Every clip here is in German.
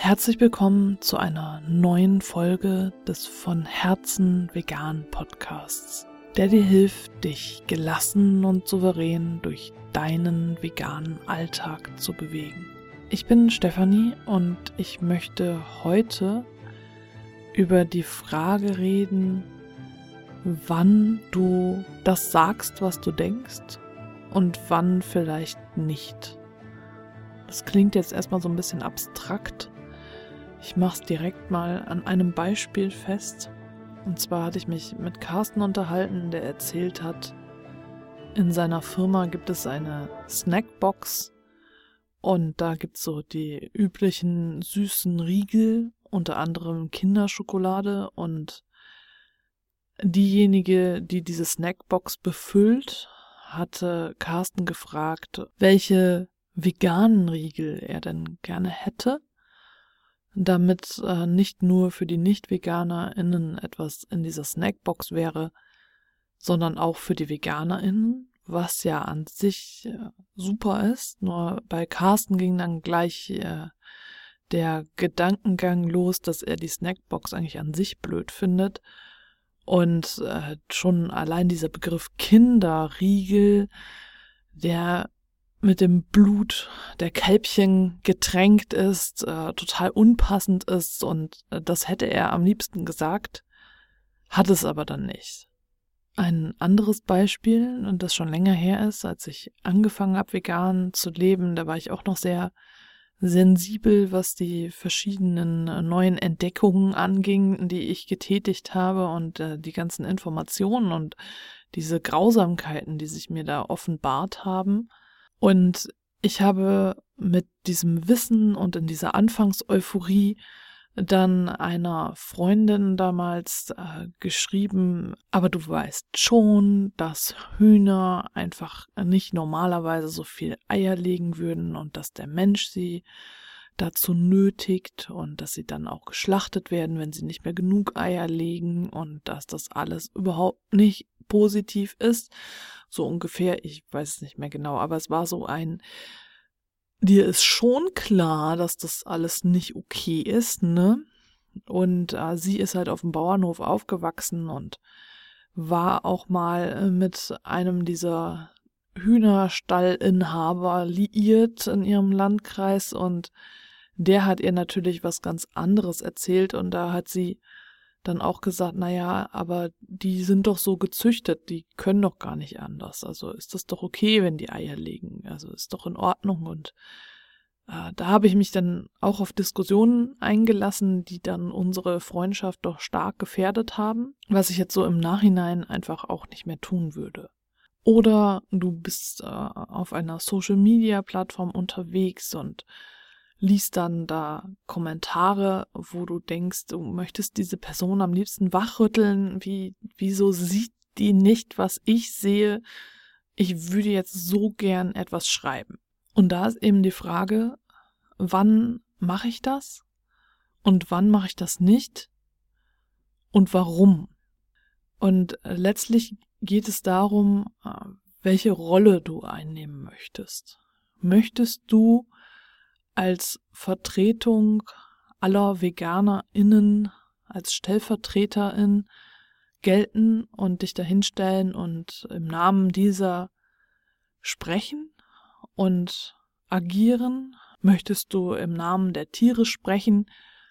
Herzlich willkommen zu einer neuen Folge des von Herzen vegan Podcasts, der dir hilft, dich gelassen und souverän durch deinen veganen Alltag zu bewegen. Ich bin Stefanie und ich möchte heute über die Frage reden, wann du das sagst, was du denkst und wann vielleicht nicht. Das klingt jetzt erstmal so ein bisschen abstrakt. Ich mache es direkt mal an einem Beispiel fest. Und zwar hatte ich mich mit Carsten unterhalten, der erzählt hat, in seiner Firma gibt es eine Snackbox und da gibt es so die üblichen süßen Riegel, unter anderem Kinderschokolade, und diejenige, die diese Snackbox befüllt, hatte Carsten gefragt, welche veganen Riegel er denn gerne hätte, damit nicht nur für die Nicht-VeganerInnen etwas in dieser Snackbox wäre, sondern auch für die VeganerInnen, was ja an sich super ist. Nur bei Carsten ging dann gleich der Gedankengang los, dass er die Snackbox eigentlich an sich blöd findet. Und schon allein dieser Begriff Kinderriegel, der mit dem Blut der Kälbchen getränkt ist, total unpassend ist, und das hätte er am liebsten gesagt, hat es aber dann nicht. Ein anderes Beispiel, und das schon länger her ist, als ich angefangen habe, vegan zu leben, da war ich auch noch sehr sensibel, was die verschiedenen neuen Entdeckungen anging, die ich getätigt habe, und die ganzen Informationen und diese Grausamkeiten, die sich mir da offenbart haben. Und ich habe mit diesem Wissen und in dieser Anfangseuphorie dann einer Freundin damals geschrieben, aber du weißt schon, dass Hühner einfach nicht normalerweise so viel Eier legen würden und dass der Mensch sie dazu nötigt und dass sie dann auch geschlachtet werden, wenn sie nicht mehr genug Eier legen, und dass das alles überhaupt nicht positiv ist. So ungefähr, ich weiß es nicht mehr genau, aber es war so ein, dir ist schon klar, dass das alles nicht okay ist, ne? Und sie ist halt auf dem Bauernhof aufgewachsen und war auch mal mit einem dieser Hühnerstallinhaber liiert in ihrem Landkreis, und der hat ihr natürlich was ganz anderes erzählt, und da hat sie dann auch gesagt, naja, aber die sind doch so gezüchtet, die können doch gar nicht anders. Also ist das doch okay, wenn die Eier legen. Also ist doch in Ordnung. Und da habe ich mich dann auch auf Diskussionen eingelassen, die dann unsere Freundschaft doch stark gefährdet haben, was ich jetzt so im Nachhinein einfach auch nicht mehr tun würde. Oder du bist auf einer Social-Media-Plattform unterwegs und liest dann da Kommentare, wo du denkst, du möchtest diese Person am liebsten wachrütteln. Wieso sieht die nicht, was ich sehe? Ich würde jetzt so gern etwas schreiben. Und da ist eben die Frage, wann mache ich das und wann mache ich das nicht und warum? Und letztlich geht es darum, welche Rolle du einnehmen möchtest. Möchtest du als Vertretung aller VeganerInnen, als Stellvertreterin gelten und dich dahinstellen und im Namen dieser sprechen und agieren? Möchtest du im Namen der Tiere sprechen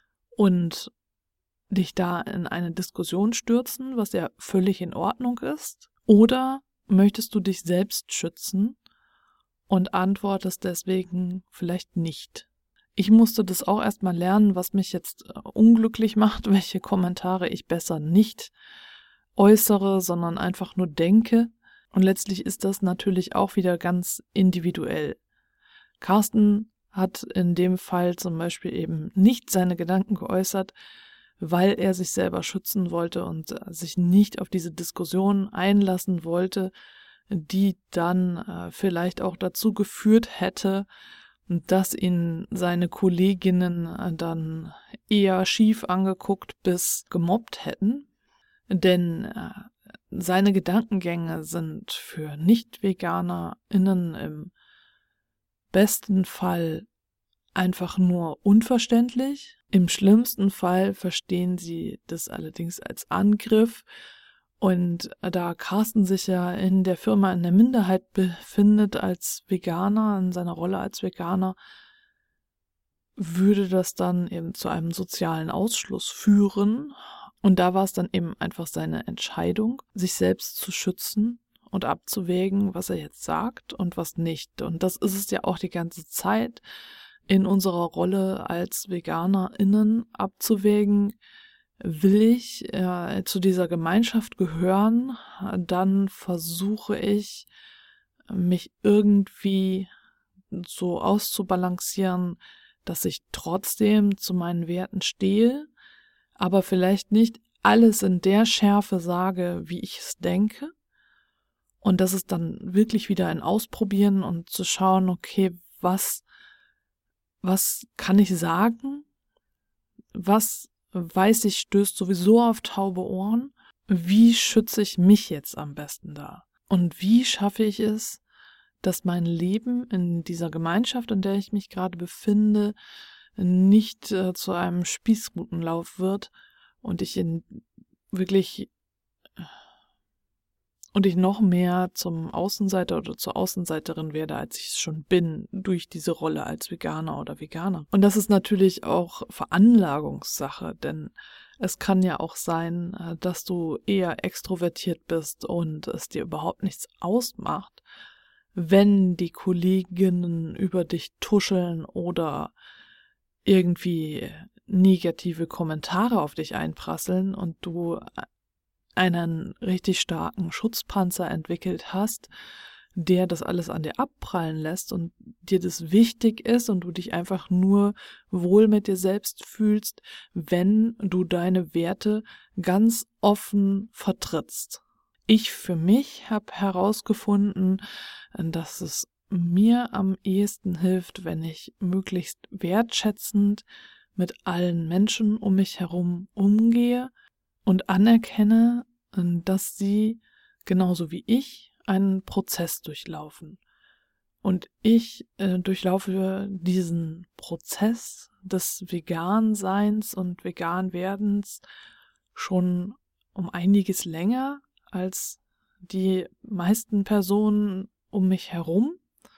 und dich da in eine Diskussion stürzen, was ja völlig in Ordnung ist? Oder möchtest du dich selbst schützen und antwortest deswegen vielleicht nicht? Ich musste das auch erstmal lernen, was mich jetzt unglücklich macht, welche Kommentare ich besser nicht äußere, sondern einfach nur denke. Und letztlich ist das natürlich auch wieder ganz individuell. Carsten hat in dem Fall zum Beispiel eben nicht seine Gedanken geäußert, weil er sich selber schützen wollte und sich nicht auf diese Diskussion einlassen wollte, die dann vielleicht auch dazu geführt hätte, dass ihn seine Kolleginnen dann eher schief angeguckt bis gemobbt hätten. Denn seine Gedankengänge sind für NichtveganerInnen im besten Fall einfach nur unverständlich. Im schlimmsten Fall verstehen sie das allerdings als Angriff. Und da Carsten sich ja in der Firma in der Minderheit befindet als Veganer, in seiner Rolle als Veganer, würde das dann eben zu einem sozialen Ausschluss führen. Und da war es dann eben einfach seine Entscheidung, sich selbst zu schützen und abzuwägen, was er jetzt sagt und was nicht. Und das ist es ja auch die ganze Zeit in unserer Rolle als VeganerInnen abzuwägen. Will ich zu dieser Gemeinschaft gehören, dann versuche ich, mich irgendwie so auszubalancieren, dass ich trotzdem zu meinen Werten stehe, aber vielleicht nicht alles in der Schärfe sage, wie ich es denke. Und das ist dann wirklich wieder ein Ausprobieren und zu schauen, okay, was kann ich sagen? Was weiß ich, stößt sowieso auf taube Ohren? Wie schütze ich mich jetzt am besten da? Und wie schaffe ich es, dass mein Leben in dieser Gemeinschaft, in der ich mich gerade befinde, nicht zu einem Spießrutenlauf wird und ich noch mehr zum Außenseiter oder zur Außenseiterin werde, als ich es schon bin, durch diese Rolle als Veganer oder Veganer. Und das ist natürlich auch Veranlagungssache, denn es kann ja auch sein, dass du eher extrovertiert bist und es dir überhaupt nichts ausmacht, wenn die Kolleginnen über dich tuscheln oder irgendwie negative Kommentare auf dich einprasseln und du einen richtig starken Schutzpanzer entwickelt hast, der das alles an dir abprallen lässt und dir das wichtig ist und du dich einfach nur wohl mit dir selbst fühlst, wenn du deine Werte ganz offen vertrittst. Ich für mich habe herausgefunden, dass es mir am ehesten hilft, wenn ich möglichst wertschätzend mit allen Menschen um mich herum umgehe und anerkenne, dass sie genauso wie ich einen Prozess durchlaufen. Und ich durchlaufe diesen Prozess des Veganseins und Veganwerdens schon um einiges länger als die meisten Personen um mich herum.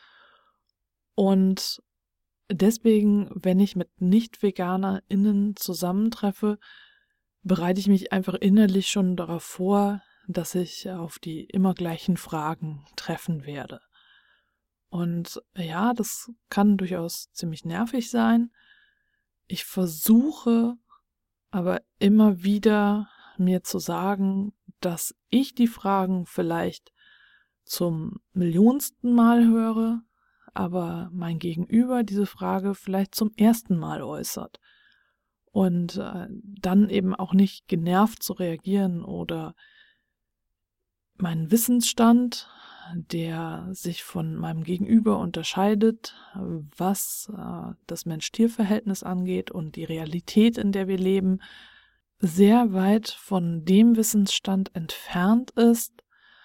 Und deswegen, wenn ich mit Nicht-VeganerInnen zusammentreffe, bereite ich mich einfach innerlich schon darauf vor, dass ich auf die immer gleichen Fragen treffen werde. Und ja, das kann durchaus ziemlich nervig sein. Ich versuche aber immer wieder mir zu sagen, dass ich die Fragen vielleicht zum millionsten Mal höre, aber mein Gegenüber diese Frage vielleicht zum ersten Mal äußert. Und dann eben auch nicht genervt zu reagieren oder meinen Wissensstand, der sich von meinem Gegenüber unterscheidet, was das Mensch-Tier-Verhältnis angeht und die Realität, in der wir leben, sehr weit von dem Wissensstand entfernt ist,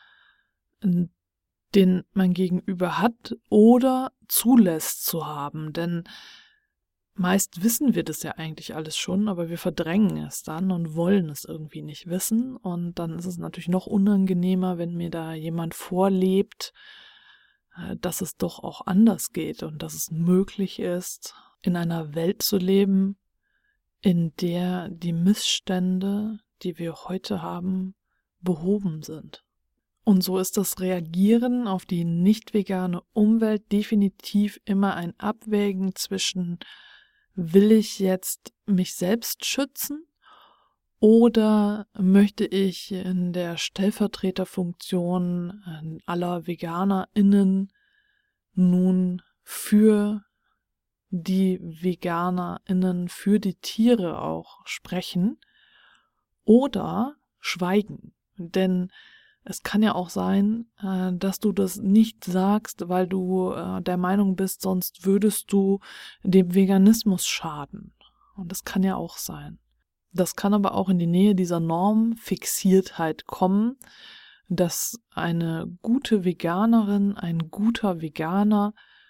den mein Gegenüber hat oder zulässt zu haben. Denn meist wissen wir das ja eigentlich alles schon, aber wir verdrängen es dann und wollen es irgendwie nicht wissen. Und dann ist es natürlich noch unangenehmer, wenn mir da jemand vorlebt, dass es doch auch anders geht und dass es möglich ist, in einer Welt zu leben, in der die Missstände, die wir heute haben, behoben sind. Und so ist das Reagieren auf die nicht vegane Umwelt definitiv immer ein Abwägen zwischen: Will ich jetzt mich selbst schützen oder möchte ich in der Stellvertreterfunktion aller VeganerInnen nun für die VeganerInnen, für die Tiere auch sprechen oder schweigen? Denn es kann ja auch sein, dass du das nicht sagst, weil du der Meinung bist, sonst würdest du dem Veganismus schaden. Und das kann ja auch sein. Das kann aber auch in die Nähe dieser Normfixiertheit kommen, dass eine gute Veganerin, ein guter Veganer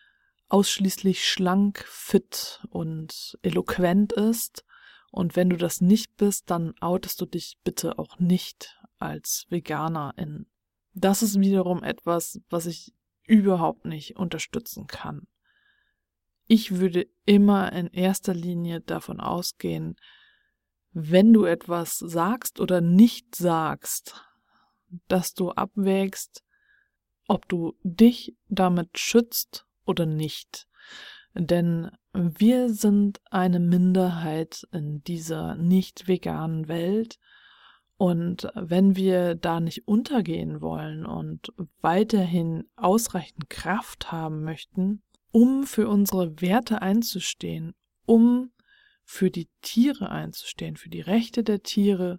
ausschließlich schlank, fit und eloquent ist. Und wenn du das nicht bist, dann outest du dich bitte auch nicht als Veganerin. Das ist wiederum etwas, was ich überhaupt nicht unterstützen kann. Ich würde immer in erster Linie davon ausgehen, wenn du etwas sagst oder nicht sagst, dass du abwägst, ob du dich damit schützt oder nicht. Denn wir sind eine Minderheit in dieser nicht veganen Welt. Und wenn wir da nicht untergehen wollen und weiterhin ausreichend Kraft haben möchten, um für unsere Werte einzustehen, um für die Tiere einzustehen, für die Rechte der Tiere,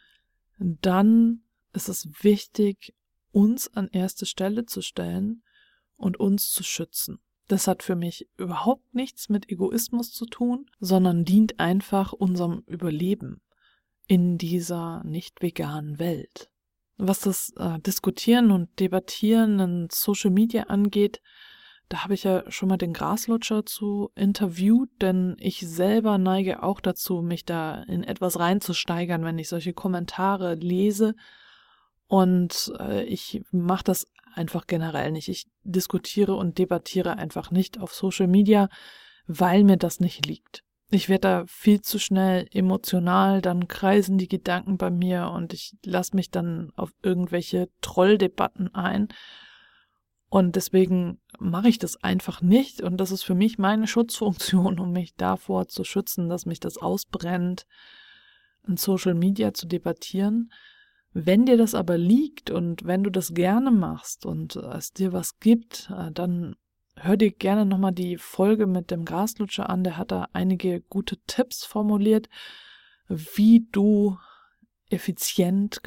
dann ist es wichtig, uns an erste Stelle zu stellen und uns zu schützen. Das hat für mich überhaupt nichts mit Egoismus zu tun, sondern dient einfach unserem Überleben in dieser nicht veganen Welt. Was das Diskutieren und Debattieren in Social Media angeht, da habe ich ja schon mal den Graslutscher zu interviewt, denn ich selber neige auch dazu, mich da in etwas reinzusteigern, wenn ich solche Kommentare lese. Und ich mache das einfach generell nicht. Ich diskutiere und debattiere einfach nicht auf Social Media, weil mir das nicht liegt. Ich werde da viel zu schnell emotional, dann kreisen die Gedanken bei mir und ich lasse mich dann auf irgendwelche Trolldebatten ein. Und deswegen mache ich das einfach nicht. Und das ist für mich meine Schutzfunktion, um mich davor zu schützen, dass mich das ausbrennt, in Social Media zu debattieren. Wenn dir das aber liegt und wenn du das gerne machst und es dir was gibt, dann hör dir gerne nochmal die Folge mit dem Graslutscher an. Der hat da einige gute Tipps formuliert, wie du effizient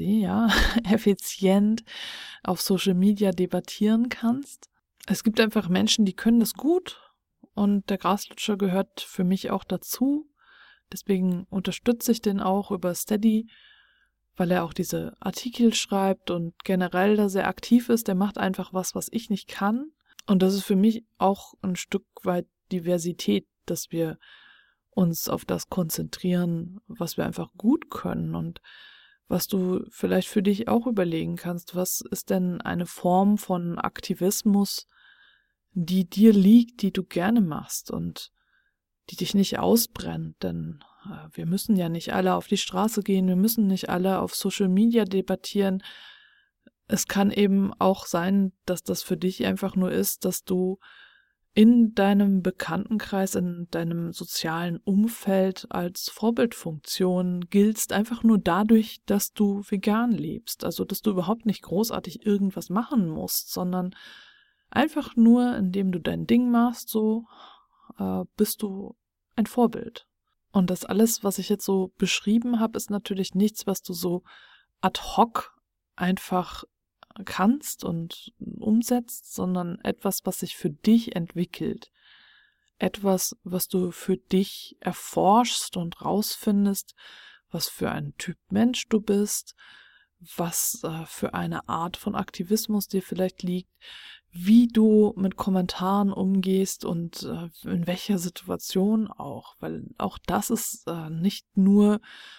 auf Social Media debattieren kannst. Es gibt einfach Menschen, die können das gut und der Graslutscher gehört für mich auch dazu. Deswegen unterstütze ich den auch über Steady, weil er auch diese Artikel schreibt und generell da sehr aktiv ist. Der macht einfach was ich nicht kann. Und das ist für mich auch ein Stück weit Diversität, dass wir uns auf das konzentrieren, was wir einfach gut können und was du vielleicht für dich auch überlegen kannst. Was ist denn eine Form von Aktivismus, die dir liegt, die du gerne machst und die dich nicht ausbrennt? Denn wir müssen ja nicht alle auf die Straße gehen, wir müssen nicht alle auf Social Media debattieren. Es kann eben auch sein, dass das für dich einfach nur ist, dass du in deinem Bekanntenkreis, in deinem sozialen Umfeld als Vorbildfunktion giltst, einfach nur dadurch, dass du vegan lebst. Also, dass du überhaupt nicht großartig irgendwas machen musst, sondern einfach nur, indem du dein Ding machst, so bist du ein Vorbild. Und das alles, was ich jetzt so beschrieben habe, ist natürlich nichts, was du so ad hoc einfach kannst und umsetzt, sondern etwas, was sich für dich entwickelt. Etwas, was du für dich erforschst und rausfindest, was für ein Typ Mensch du bist, was für eine Art von Aktivismus dir vielleicht liegt, wie du mit Kommentaren umgehst und in welcher Situation auch, weil auch das ist nicht nur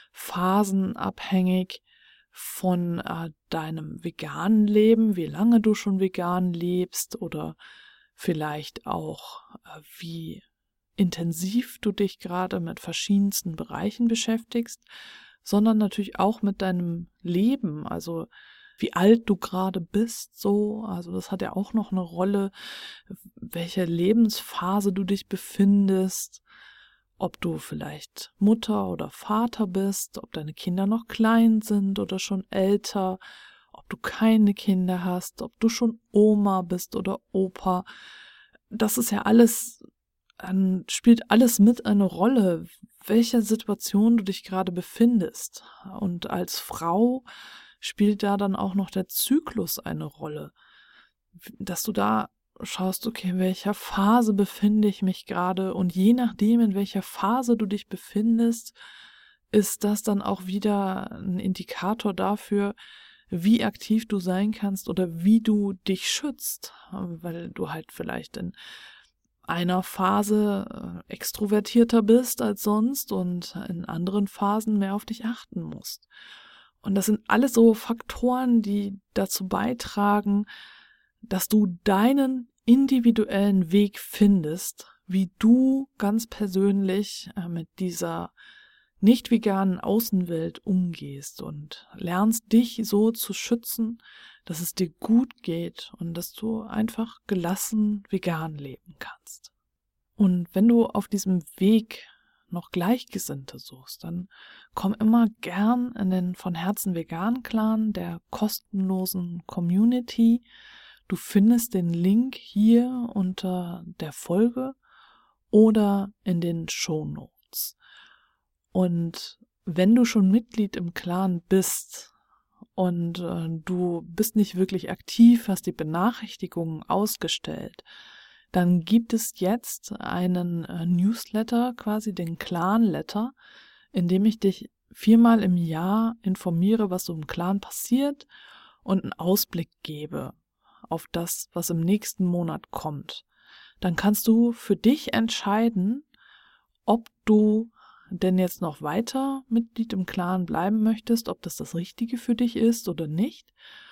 phasenabhängig von deinem veganen Leben, wie lange du schon vegan lebst oder vielleicht auch wie intensiv du dich gerade mit verschiedensten Bereichen beschäftigst, sondern natürlich auch mit deinem Leben, also wie alt du gerade bist, so, also das hat ja auch noch eine Rolle, welche Lebensphase du dich befindest, ob du vielleicht Mutter oder Vater bist, ob deine Kinder noch klein sind oder schon älter, ob du keine Kinder hast, ob du schon Oma bist oder Opa. Das ist ja alles, spielt alles mit eine Rolle, welcher Situation du dich gerade befindest. Und als Frau spielt da dann auch noch der Zyklus eine Rolle, dass du da schaust, okay, in welcher Phase befinde ich mich gerade, und je nachdem, in welcher Phase du dich befindest, ist das dann auch wieder ein Indikator dafür, wie aktiv du sein kannst oder wie du dich schützt, weil du halt vielleicht in einer Phase extrovertierter bist als sonst und in anderen Phasen mehr auf dich achten musst. Und das sind alles so Faktoren, die dazu beitragen, dass du deinen individuellen Weg findest, wie du ganz persönlich mit dieser nicht veganen Außenwelt umgehst und lernst dich so zu schützen, dass es dir gut geht und dass du einfach gelassen vegan leben kannst. Und wenn du auf diesem Weg noch Gleichgesinnte suchst, dann komm immer gern in den von Herzen vegan Clan der kostenlosen Community. Du findest den Link hier unter der Folge oder in den Shownotes. Und wenn du schon Mitglied im Clan bist und du bist nicht wirklich aktiv, hast die Benachrichtigungen ausgestellt, dann gibt es jetzt einen Newsletter, quasi den Clan-Letter, in dem ich dich 4-mal im Jahr informiere, was so im Clan passiert und einen Ausblick gebe auf das, was im nächsten Monat kommt. Dann kannst du für dich entscheiden, ob du denn jetzt noch weiter Mitglied im Clan bleiben möchtest, ob das Richtige für dich ist oder nicht.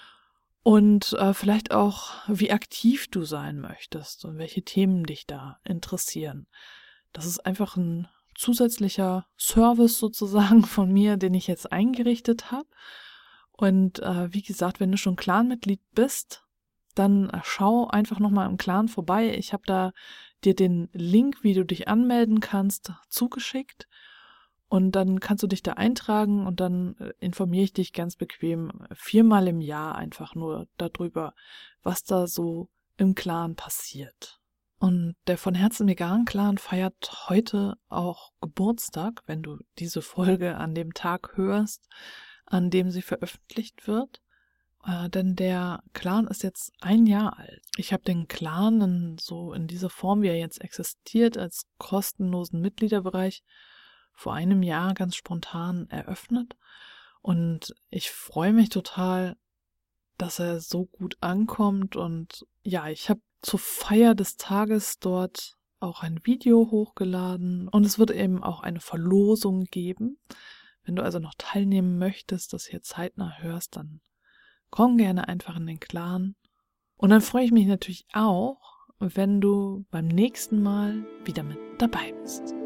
Und vielleicht auch, wie aktiv du sein möchtest und welche Themen dich da interessieren. Das ist einfach ein zusätzlicher Service sozusagen von mir, den ich jetzt eingerichtet habe. Und wie gesagt, wenn du schon Clanmitglied bist, dann schau einfach nochmal im Clan vorbei. Ich habe da dir den Link, wie du dich anmelden kannst, zugeschickt. Und dann kannst du dich da eintragen und dann informiere ich dich ganz bequem 4-mal im Jahr einfach nur darüber, was da so im Clan passiert. Und der von Herzen vegan Clan feiert heute auch Geburtstag, wenn du diese Folge an dem Tag hörst, an dem sie veröffentlicht wird. Denn der Clan ist jetzt 1 Jahr alt. Ich habe den Clan in dieser Form, wie er jetzt existiert, als kostenlosen Mitgliederbereich vor 1 Jahr ganz spontan eröffnet. Und ich freue mich total, dass er so gut ankommt. Und ja, ich habe zur Feier des Tages dort auch ein Video hochgeladen. Und es wird eben auch eine Verlosung geben. Wenn du also noch teilnehmen möchtest, das hier zeitnah hörst, dann komm gerne einfach in den Clan. Und dann freue ich mich natürlich auch, wenn du beim nächsten Mal wieder mit dabei bist.